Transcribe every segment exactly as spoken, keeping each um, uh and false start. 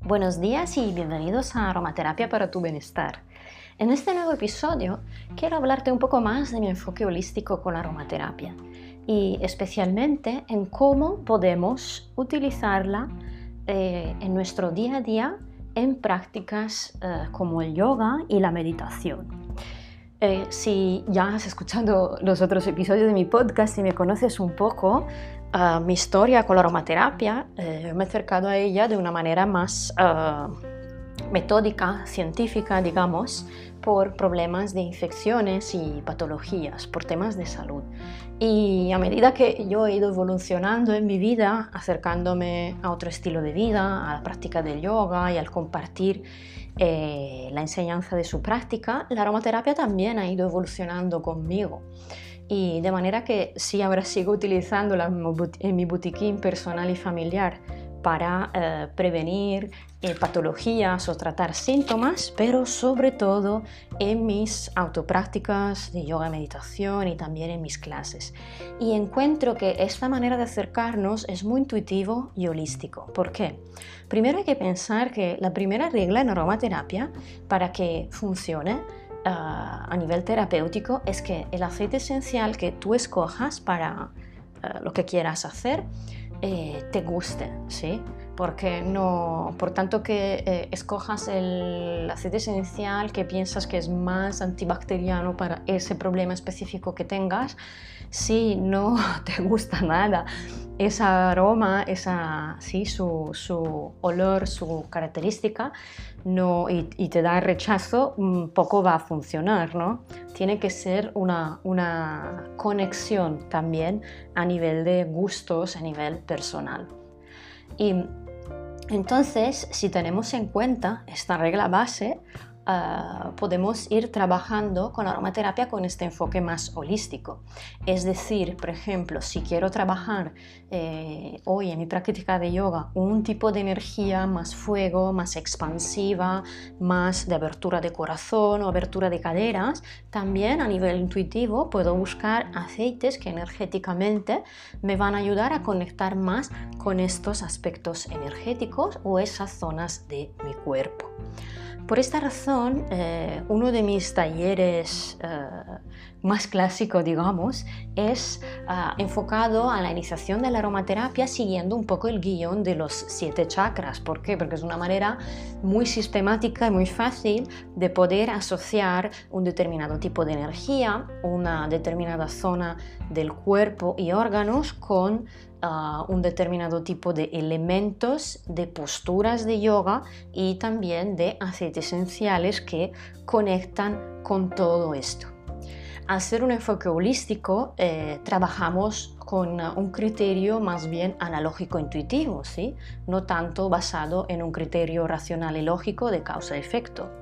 Buenos días y bienvenidos a Aromaterapia para tu bienestar. En este nuevo episodio quiero hablarte un poco más de mi enfoque holístico con la aromaterapia y especialmente en cómo podemos utilizarla eh, en nuestro día a día en prácticas eh, como el yoga y la meditación. Eh, si ya has escuchado los otros episodios de mi podcast y me conoces un poco, Uh, mi historia con la aromaterapia, eh, me he acercado a ella de una manera más uh, metódica, científica, digamos, por problemas de infecciones y patologías, por temas de salud. Y a medida que yo he ido evolucionando en mi vida, acercándome a otro estilo de vida, a la práctica del yoga y al compartir eh, la enseñanza de su práctica, la aromaterapia también ha ido evolucionando conmigo. Y de manera que sí, ahora sigo utilizándola en mi botiquín personal y familiar para eh, prevenir eh, patologías o tratar síntomas, pero sobre todo en mis autoprácticas de yoga y meditación y también en mis clases. Y encuentro que esta manera de acercarnos es muy intuitivo y holístico. ¿Por qué? Primero hay que pensar que la primera regla en aromaterapia para que funcione Uh, a nivel terapéutico es que el aceite esencial que tú escojas para uh, lo que quieras hacer eh, te guste, ¿sí? Porque no, por tanto que eh, escojas el aceite esencial que piensas que es más antibacteriano para ese problema específico que tengas, si no te gusta nada ese aroma, esa, sí, su, su olor, su característica, no, y, y te da rechazo, poco va a funcionar, ¿no? Tiene que ser una, una conexión también a nivel de gustos, a nivel personal. Y entonces, si tenemos en cuenta esta regla base, Uh, podemos ir trabajando con la aromaterapia con este enfoque más holístico. Es decir, por ejemplo, si quiero trabajar eh, hoy en mi práctica de yoga un tipo de energía más fuego, más expansiva, más de abertura de corazón o abertura de caderas, también a nivel intuitivo puedo buscar aceites que energéticamente me van a ayudar a conectar más con estos aspectos energéticos o esas zonas de mi cuerpo. Por esta razón, eh, uno de mis talleres eh, más clásicos, digamos, es uh, enfocado a la iniciación de la aromaterapia siguiendo un poco el guión de los siete chakras. ¿Por qué? Porque es una manera muy sistemática y muy fácil de poder asociar un determinado tipo de energía, una determinada zona del cuerpo y órganos con Uh, un determinado tipo de elementos, de posturas de yoga y también de aceites esenciales que conectan con todo esto. Al ser un enfoque holístico, eh, trabajamos con un criterio más bien analógico-intuitivo, ¿sí? No tanto basado en un criterio racional y lógico de causa-efecto.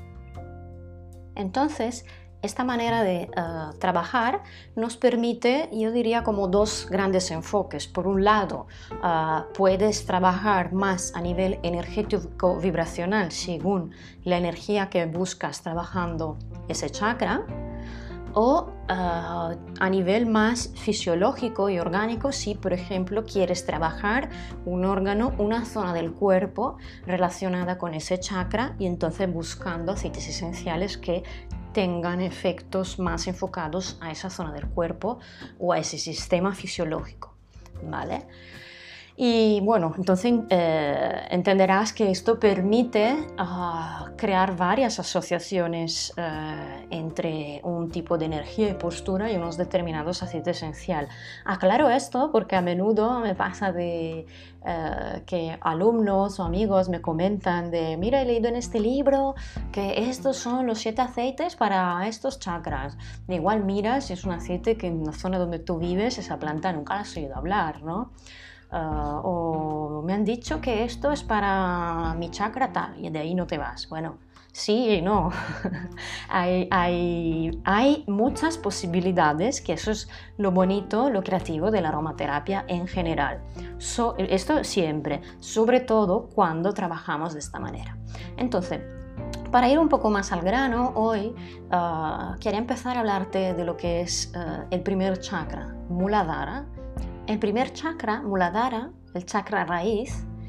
Entonces, esta manera de uh, trabajar nos permite, yo diría, como dos grandes enfoques. Por un lado, uh, puedes trabajar más a nivel energético vibracional según la energía que buscas trabajando ese chakra, o uh, a nivel más fisiológico y orgánico si, por ejemplo, quieres trabajar un órgano, una zona del cuerpo relacionada con ese chakra y entonces buscando aceites esenciales que tengan efectos más enfocados a esa zona del cuerpo o a ese sistema fisiológico, ¿vale? Y bueno, entonces eh, entenderás que esto permite uh, crear varias asociaciones uh, entre un tipo de energía y postura y unos determinados aceites esenciales. Aclaro esto porque a menudo me pasa de uh, que alumnos o amigos me comentan de mira, he leído en este libro que estos son los siete aceites para estos chakras. De igual mira si es un aceite que en la zona donde tú vives, esa planta nunca la has oído hablar, ¿no? Uh, o me han dicho que esto es para mi chakra tal y de ahí no te vas. Bueno, sí y no. hay, hay, hay muchas posibilidades, que eso es lo bonito, lo creativo de la aromaterapia en general. So, esto siempre, sobre todo cuando trabajamos de esta manera. Entonces, para ir un poco más al grano, hoy uh, quería empezar a hablarte de lo que es uh, el primer chakra, Muladhara. El primer chakra, Muladhara, el chakra raíz,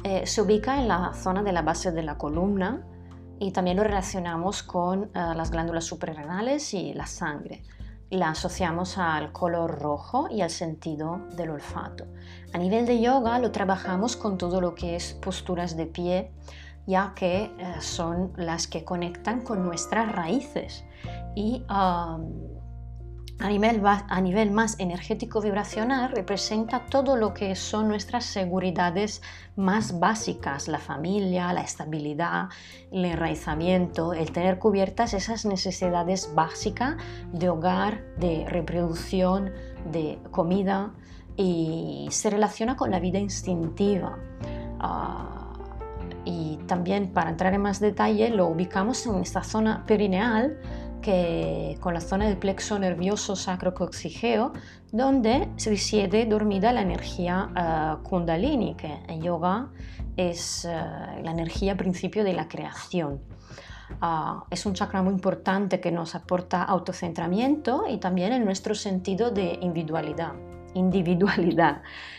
eh, se ubica en la zona de la base de la columna y también lo relacionamos con uh, las glándulas suprarrenales y la sangre. La asociamos al color rojo y al sentido del olfato. A nivel de yoga lo trabajamos con todo lo que es posturas de pie, ya que uh, son las que conectan con nuestras raíces y uh, A nivel, a nivel más energético vibracional representa todo lo que son nuestras seguridades más básicas, la familia, la estabilidad, el enraizamiento, el tener cubiertas esas necesidades básicas de hogar, de reproducción, de comida, y se relaciona con la vida instintiva. Uh, y también, para entrar en más detalle, lo ubicamos en esta zona perineal, que con la zona del plexo nervioso sacrocoxigeo, donde se reside dormida la energía uh, kundalini, que en yoga es uh, la energía principio de la creación. Uh, es un chakra muy importante que nos aporta autocentramiento y también en nuestro sentido de individualidad. individualidad.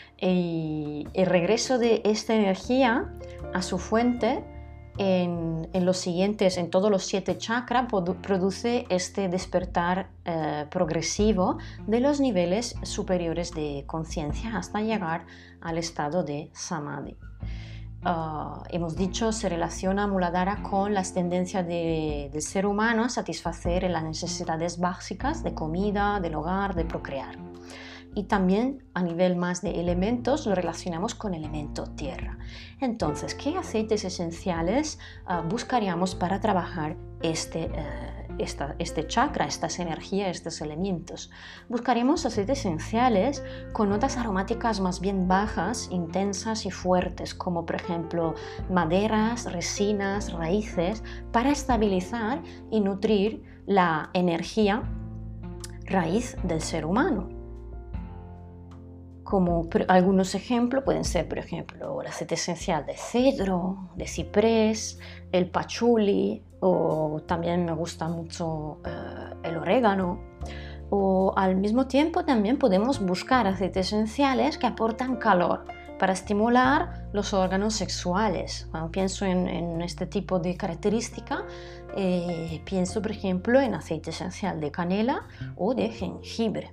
Y el regreso de esta energía a su fuente En, en los siguientes, en todos los siete chakras, produce este despertar eh, progresivo de los niveles superiores de conciencia hasta llegar al estado de samadhi. Uh, hemos dicho, se relaciona Muladhara con las tendencias de, del ser humano a satisfacer las necesidades básicas de comida, del hogar, de procrear. Y también a nivel más de elementos lo relacionamos con el elemento tierra. Entonces, ¿qué aceites esenciales uh, buscaríamos para trabajar este, uh, esta, este chakra, estas energías, estos elementos? Buscaríamos aceites esenciales con notas aromáticas más bien bajas, intensas y fuertes, como por ejemplo maderas, resinas, raíces, para estabilizar y nutrir la energía raíz del ser humano. Como algunos ejemplos pueden ser, por ejemplo, el aceite esencial de cedro, de ciprés, el pachuli, o también me gusta mucho eh, el orégano. O al mismo tiempo también podemos buscar aceites esenciales que aportan calor para estimular los órganos sexuales. Cuando pienso en, en este tipo de característica, eh, pienso, por ejemplo, en aceite esencial de canela o de jengibre.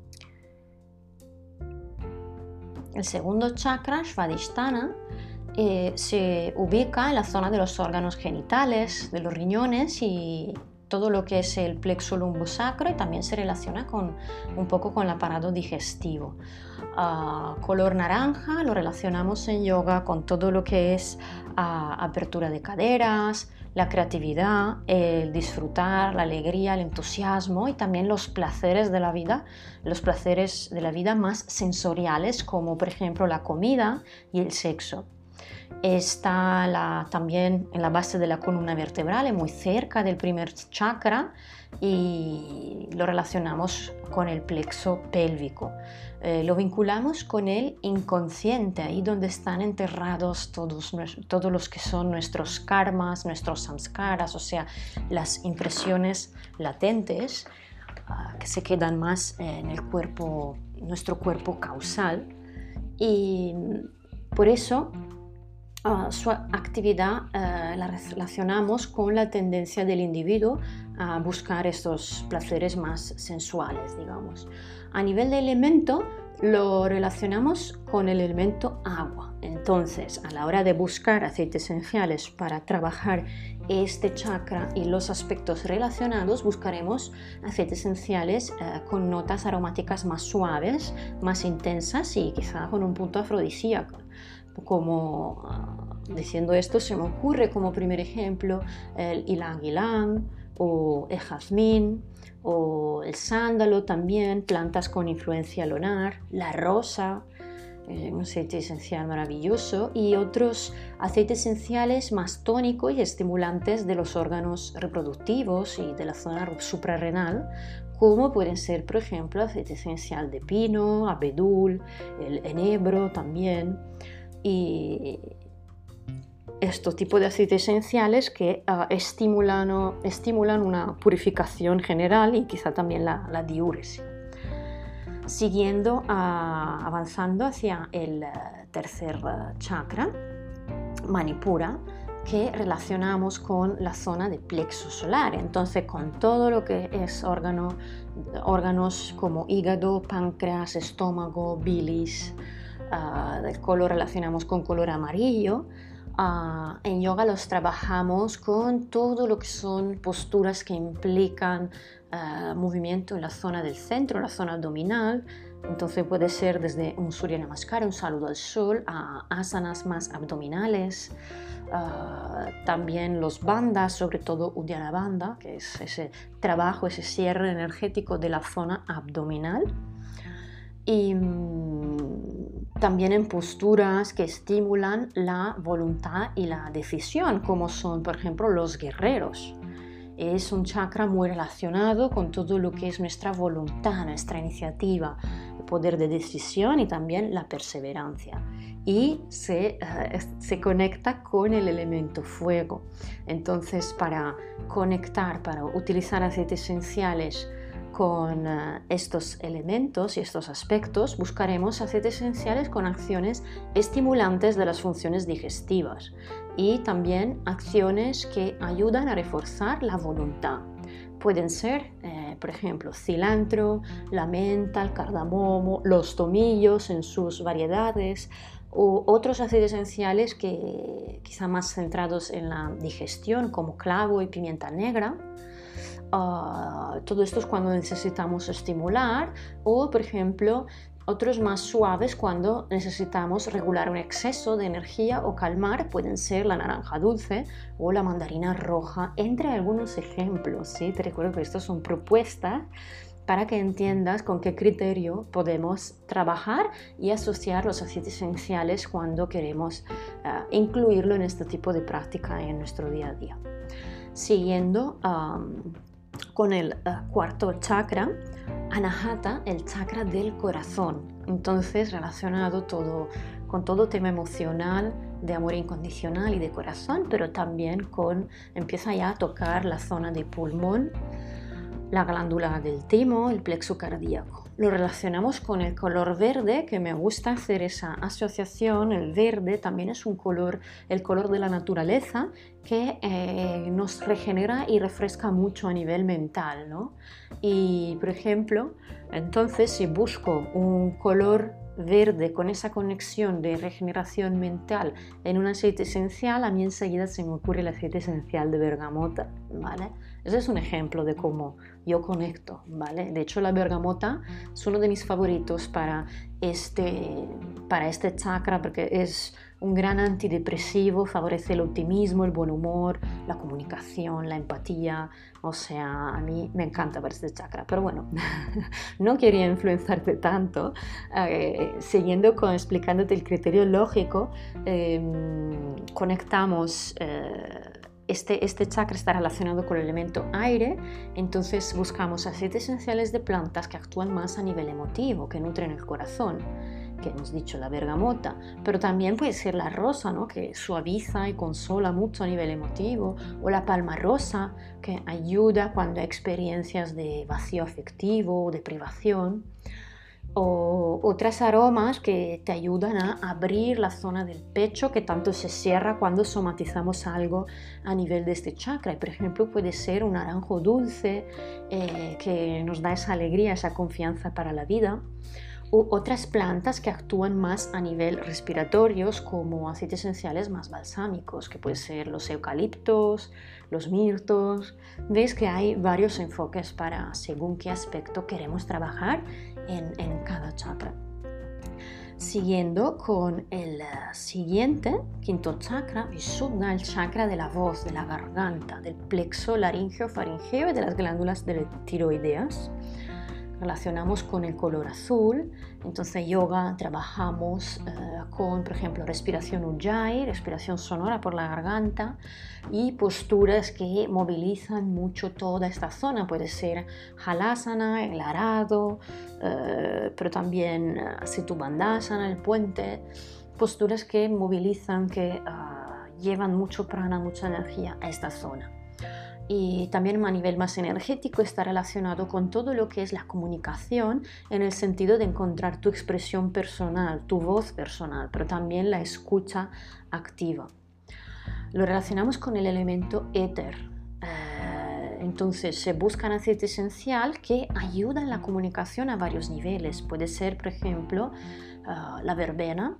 El segundo chakra, Svadhisthana, eh, se ubica en la zona de los órganos genitales, de los riñones y todo lo que es el plexo lumbosacro, y también se relaciona con, un poco con el aparato digestivo. Uh, color naranja lo relacionamos en yoga con todo lo que es uh, apertura de caderas, la creatividad, el disfrutar, la alegría, el entusiasmo y también los placeres de la vida, los placeres de la vida más sensoriales, como por ejemplo la comida y el sexo. Está la, también en la base de la columna vertebral, muy cerca del primer chakra, y lo relacionamos con el plexo pélvico. Eh, lo vinculamos con el inconsciente, ahí donde están enterrados todos, todos los que son nuestros karmas, nuestros samskaras, o sea, las impresiones latentes uh, que se quedan más en el cuerpo, nuestro cuerpo causal. Y por eso Uh, su actividad uh, la relacionamos con la tendencia del individuo a buscar estos placeres más sensuales, digamos. A nivel de elemento, lo relacionamos con el elemento agua. Entonces, a la hora de buscar aceites esenciales para trabajar este chakra y los aspectos relacionados, buscaremos aceites esenciales uh, con notas aromáticas más suaves, más intensas y quizá con un punto afrodisíaco. Como uh, diciendo esto, se me ocurre como primer ejemplo el ylang ylang o el jazmín o el sándalo, también plantas con influencia lunar, la rosa, eh, un aceite esencial maravilloso, y otros aceites esenciales más tónicos y estimulantes de los órganos reproductivos y de la zona suprarrenal, como pueden ser, por ejemplo, aceite esencial de pino, abedul, el enebro también. Y estos tipos de aceites esenciales que uh, estimulan, o, estimulan una purificación general y quizá también la, la diuresis. Siguiendo, uh, avanzando hacia el uh, tercer uh, chakra, Manipura, que relacionamos con la zona de plexo solar. Entonces, con todo lo que es órgano, órganos como hígado, páncreas, estómago, bilis, uh, el color relacionamos con color amarillo. Uh, en yoga los trabajamos con todo lo que son posturas que implican uh, movimiento en la zona del centro, en la zona abdominal. Entonces puede ser desde un Surya Namaskara, un saludo al sol, a asanas más abdominales. Uh, también los bandhas, sobre todo Uddiyana Bandha, que es ese trabajo, ese cierre energético de la zona abdominal. Y mmm, también en posturas que estimulan la voluntad y la decisión, como son, por ejemplo, los guerreros. Es un chakra muy relacionado con todo lo que es nuestra voluntad, nuestra iniciativa, el poder de decisión y también la perseverancia. Y se, uh, se conecta con el elemento fuego. Entonces, para conectar, para utilizar aceites esenciales con uh, estos elementos y estos aspectos, buscaremos aceites esenciales con acciones estimulantes de las funciones digestivas y también acciones que ayudan a reforzar la voluntad. Pueden ser, eh, por ejemplo, cilantro, la menta, el cardamomo, los tomillos en sus variedades, o otros aceites esenciales que quizá más centrados en la digestión, como clavo y pimienta negra. Uh, todo esto es cuando necesitamos estimular, o por ejemplo otros más suaves cuando necesitamos regular un exceso de energía o calmar, pueden ser la naranja dulce o la mandarina roja, entre algunos ejemplos, ¿sí? Te recuerdo que estas son propuestas para que entiendas con qué criterio podemos trabajar y asociar los aceites esenciales cuando queremos uh, incluirlo en este tipo de práctica en nuestro día a día. Siguiendo um, con el uh, cuarto chakra, Anahata, el chakra del corazón. Entonces, relacionado todo, con todo tema emocional, de amor incondicional y de corazón, pero también con, empieza ya a tocar la zona de pulmón, la glándula del timo, el plexo cardíaco. Lo relacionamos con el color verde, que me gusta hacer esa asociación. El verde también es un color, el color de la naturaleza, que eh, nos regenera y refresca mucho a nivel mental, ¿no? Y, por ejemplo, entonces si busco un color verde con esa conexión de regeneración mental en un aceite esencial, a mí enseguida se me ocurre el aceite esencial de bergamota, ¿vale? Ese es un ejemplo de cómo yo conecto, ¿vale? De hecho, la bergamota es uno de mis favoritos para este, para este chakra porque es un gran antidepresivo, favorece el optimismo, el buen humor, la comunicación, la empatía. O sea, a mí me encanta ver este chakra. Pero bueno, no quería influenciarte tanto. Eh, siguiendo con explicándote el criterio lógico, eh, conectamos... Eh, Este, este chakra está relacionado con el elemento aire, entonces buscamos aceites esenciales de plantas que actúan más a nivel emotivo, que nutren el corazón, que hemos dicho la bergamota, pero también puede ser la rosa, ¿no? Que suaviza y consola mucho a nivel emotivo, o la palma rosa, que ayuda cuando hay experiencias de vacío afectivo o de privación. O otras aromas que te ayudan a abrir la zona del pecho que tanto se cierra cuando somatizamos algo a nivel de este chakra. Por ejemplo, puede ser un naranjo dulce eh, que nos da esa alegría, esa confianza para la vida. U otras plantas que actúan más a nivel respiratorios, como aceites esenciales más balsámicos, que pueden ser los eucaliptos, los mirtos. Ves que hay varios enfoques para según qué aspecto queremos trabajar en, en cada chakra. Siguiendo con el uh, siguiente, quinto chakra, Vishuddha, el chakra de la voz, de la garganta, del plexo laríngeo, faringeo y de las glándulas de tiroideas. Relacionamos con el color azul. Entonces, yoga trabajamos uh, con, por ejemplo, respiración ujjayi, respiración sonora por la garganta, y posturas que movilizan mucho toda esta zona. Puede ser halasana, el arado, uh, pero también uh, Setu Bandhasana, el puente. Posturas que movilizan, que uh, llevan mucho prana, mucha energía a esta zona. Y también a nivel más energético está relacionado con todo lo que es la comunicación, en el sentido de encontrar tu expresión personal, tu voz personal, pero también la escucha activa. lo relacionamos con el elemento éter. Eh, entonces se busca un aceite esencial que ayuda en la comunicación a varios niveles. Puede ser, por ejemplo, uh, la verbena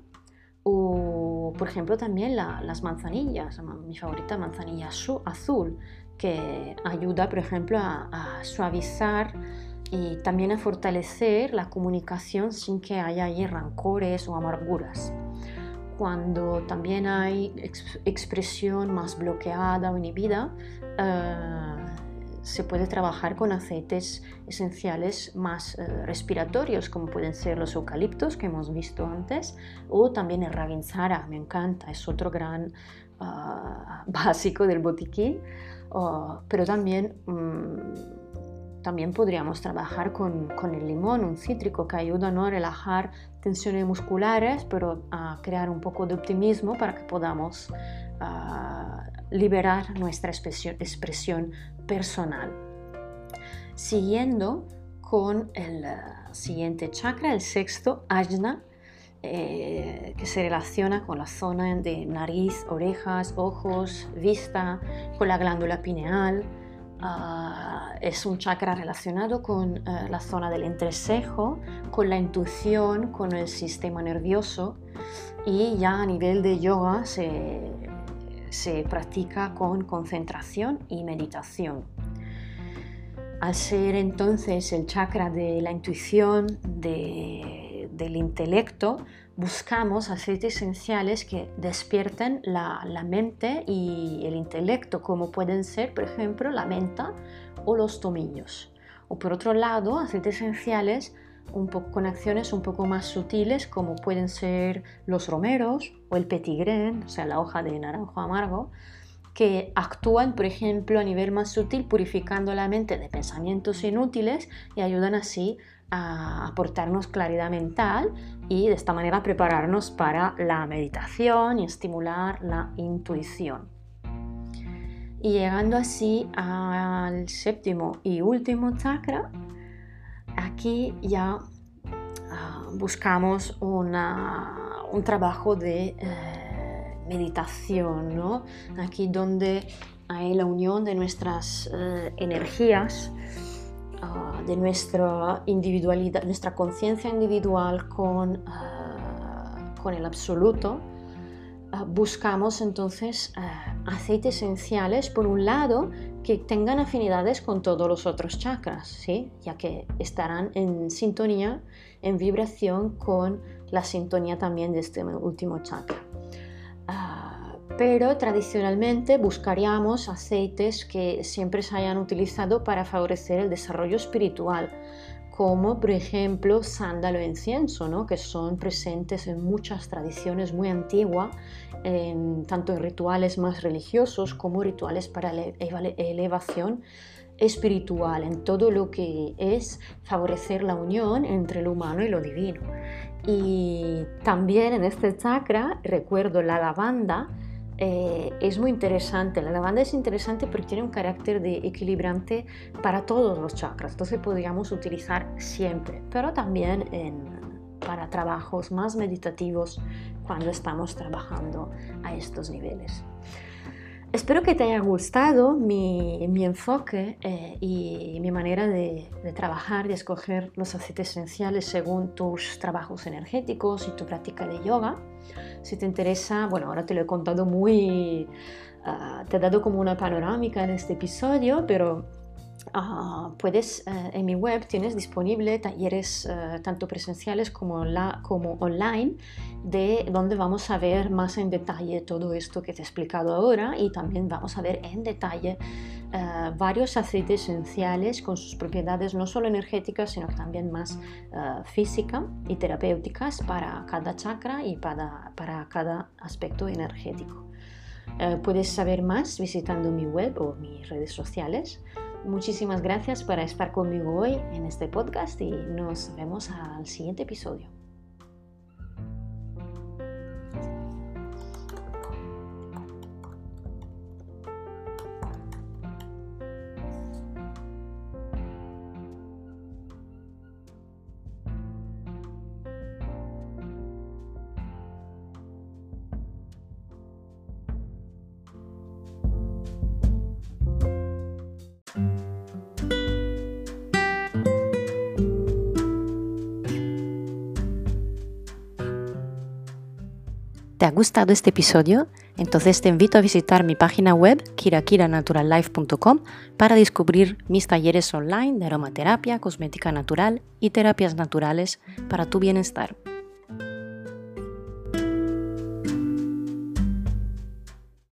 o, por ejemplo, también la, las manzanillas. Mi favorita, manzanilla azul, que ayuda, por ejemplo, a, a suavizar y también a fortalecer la comunicación sin que haya ahí rancores o amarguras. Cuando también hay ex- expresión más bloqueada o inhibida, uh, se puede trabajar con aceites esenciales más uh, respiratorios, como pueden ser los eucaliptos que hemos visto antes, o también el Ravinsara, me encanta, es otro gran uh, básico del botiquín, uh, pero también... Um, También podríamos trabajar con, con el limón, un cítrico que ayuda, ¿no?, a relajar tensiones musculares, pero a crear un poco de optimismo para que podamos uh, liberar nuestra expresión, expresión personal. Siguiendo con el uh, siguiente chakra, el sexto, Ajna, eh, que se relaciona con la zona de nariz, orejas, ojos, vista, con la glándula pineal. Uh, es un chakra relacionado con uh, la zona del entrecejo, con la intuición, con el sistema nervioso, y ya a nivel de yoga se, se practica con concentración y meditación. Al ser entonces el chakra de la intuición, de, del intelecto, buscamos aceites esenciales que despierten la, la mente y el intelecto, como pueden ser, por ejemplo, la menta o los tomillos. O por otro lado, aceites esenciales un poco, con acciones un poco más sutiles, como pueden ser los romeros o el petitgrain, o sea, la hoja de naranjo amargo, que actúan, por ejemplo, a nivel más sutil, purificando la mente de pensamientos inútiles y ayudan así a aportarnos claridad mental y de esta manera prepararnos para la meditación y estimular la intuición. Y llegando así al séptimo y último chakra, aquí ya uh, buscamos una, un trabajo de uh, meditación, ¿no? Aquí donde hay la unión de nuestras uh, energías, Uh, de nuestra individualidad, nuestra conciencia individual con, uh, con el absoluto. Uh, buscamos entonces uh, aceites esenciales, por un lado, que tengan afinidades con todos los otros chakras, ¿sí?, ya que estarán en sintonía, en vibración con la sintonía también de este último chakra. Uh, pero tradicionalmente buscaríamos aceites que siempre se hayan utilizado para favorecer el desarrollo espiritual, como por ejemplo sándalo e incienso, ¿no?, que son presentes en muchas tradiciones muy antiguas, en, tanto en rituales más religiosos como rituales para la elevación espiritual, en todo lo que es favorecer la unión entre lo humano y lo divino. Y también en este chakra recuerdo la lavanda. Eh, es muy interesante. La lavanda es interesante porque tiene un carácter de equilibrante para todos los chakras, entonces podríamos utilizar siempre, pero también en, para trabajos más meditativos cuando estamos trabajando a estos niveles. Espero que te haya gustado mi, mi enfoque eh, y mi manera de, de trabajar, de escoger los aceites esenciales según tus trabajos energéticos y tu práctica de yoga. Si te interesa, bueno, ahora te lo he contado muy, uh, te he dado como una panorámica en este episodio, pero uh, puedes, uh, en mi web tienes disponible talleres uh, tanto presenciales como, la, como online, de donde vamos a ver más en detalle todo esto que te he explicado ahora, y también vamos a ver en detalle uh, varios aceites esenciales con sus propiedades no solo energéticas, sino también más uh, físicas y terapéuticas para cada chakra y para, para cada aspecto energético. Uh, puedes saber más visitando mi web o mis redes sociales. Muchísimas gracias por estar conmigo hoy en este podcast y nos vemos al siguiente episodio. ¿Te ha gustado este episodio? Entonces te invito a visitar mi página web kira kira natural life punto com para descubrir mis talleres online de aromaterapia, cosmética natural y terapias naturales para tu bienestar.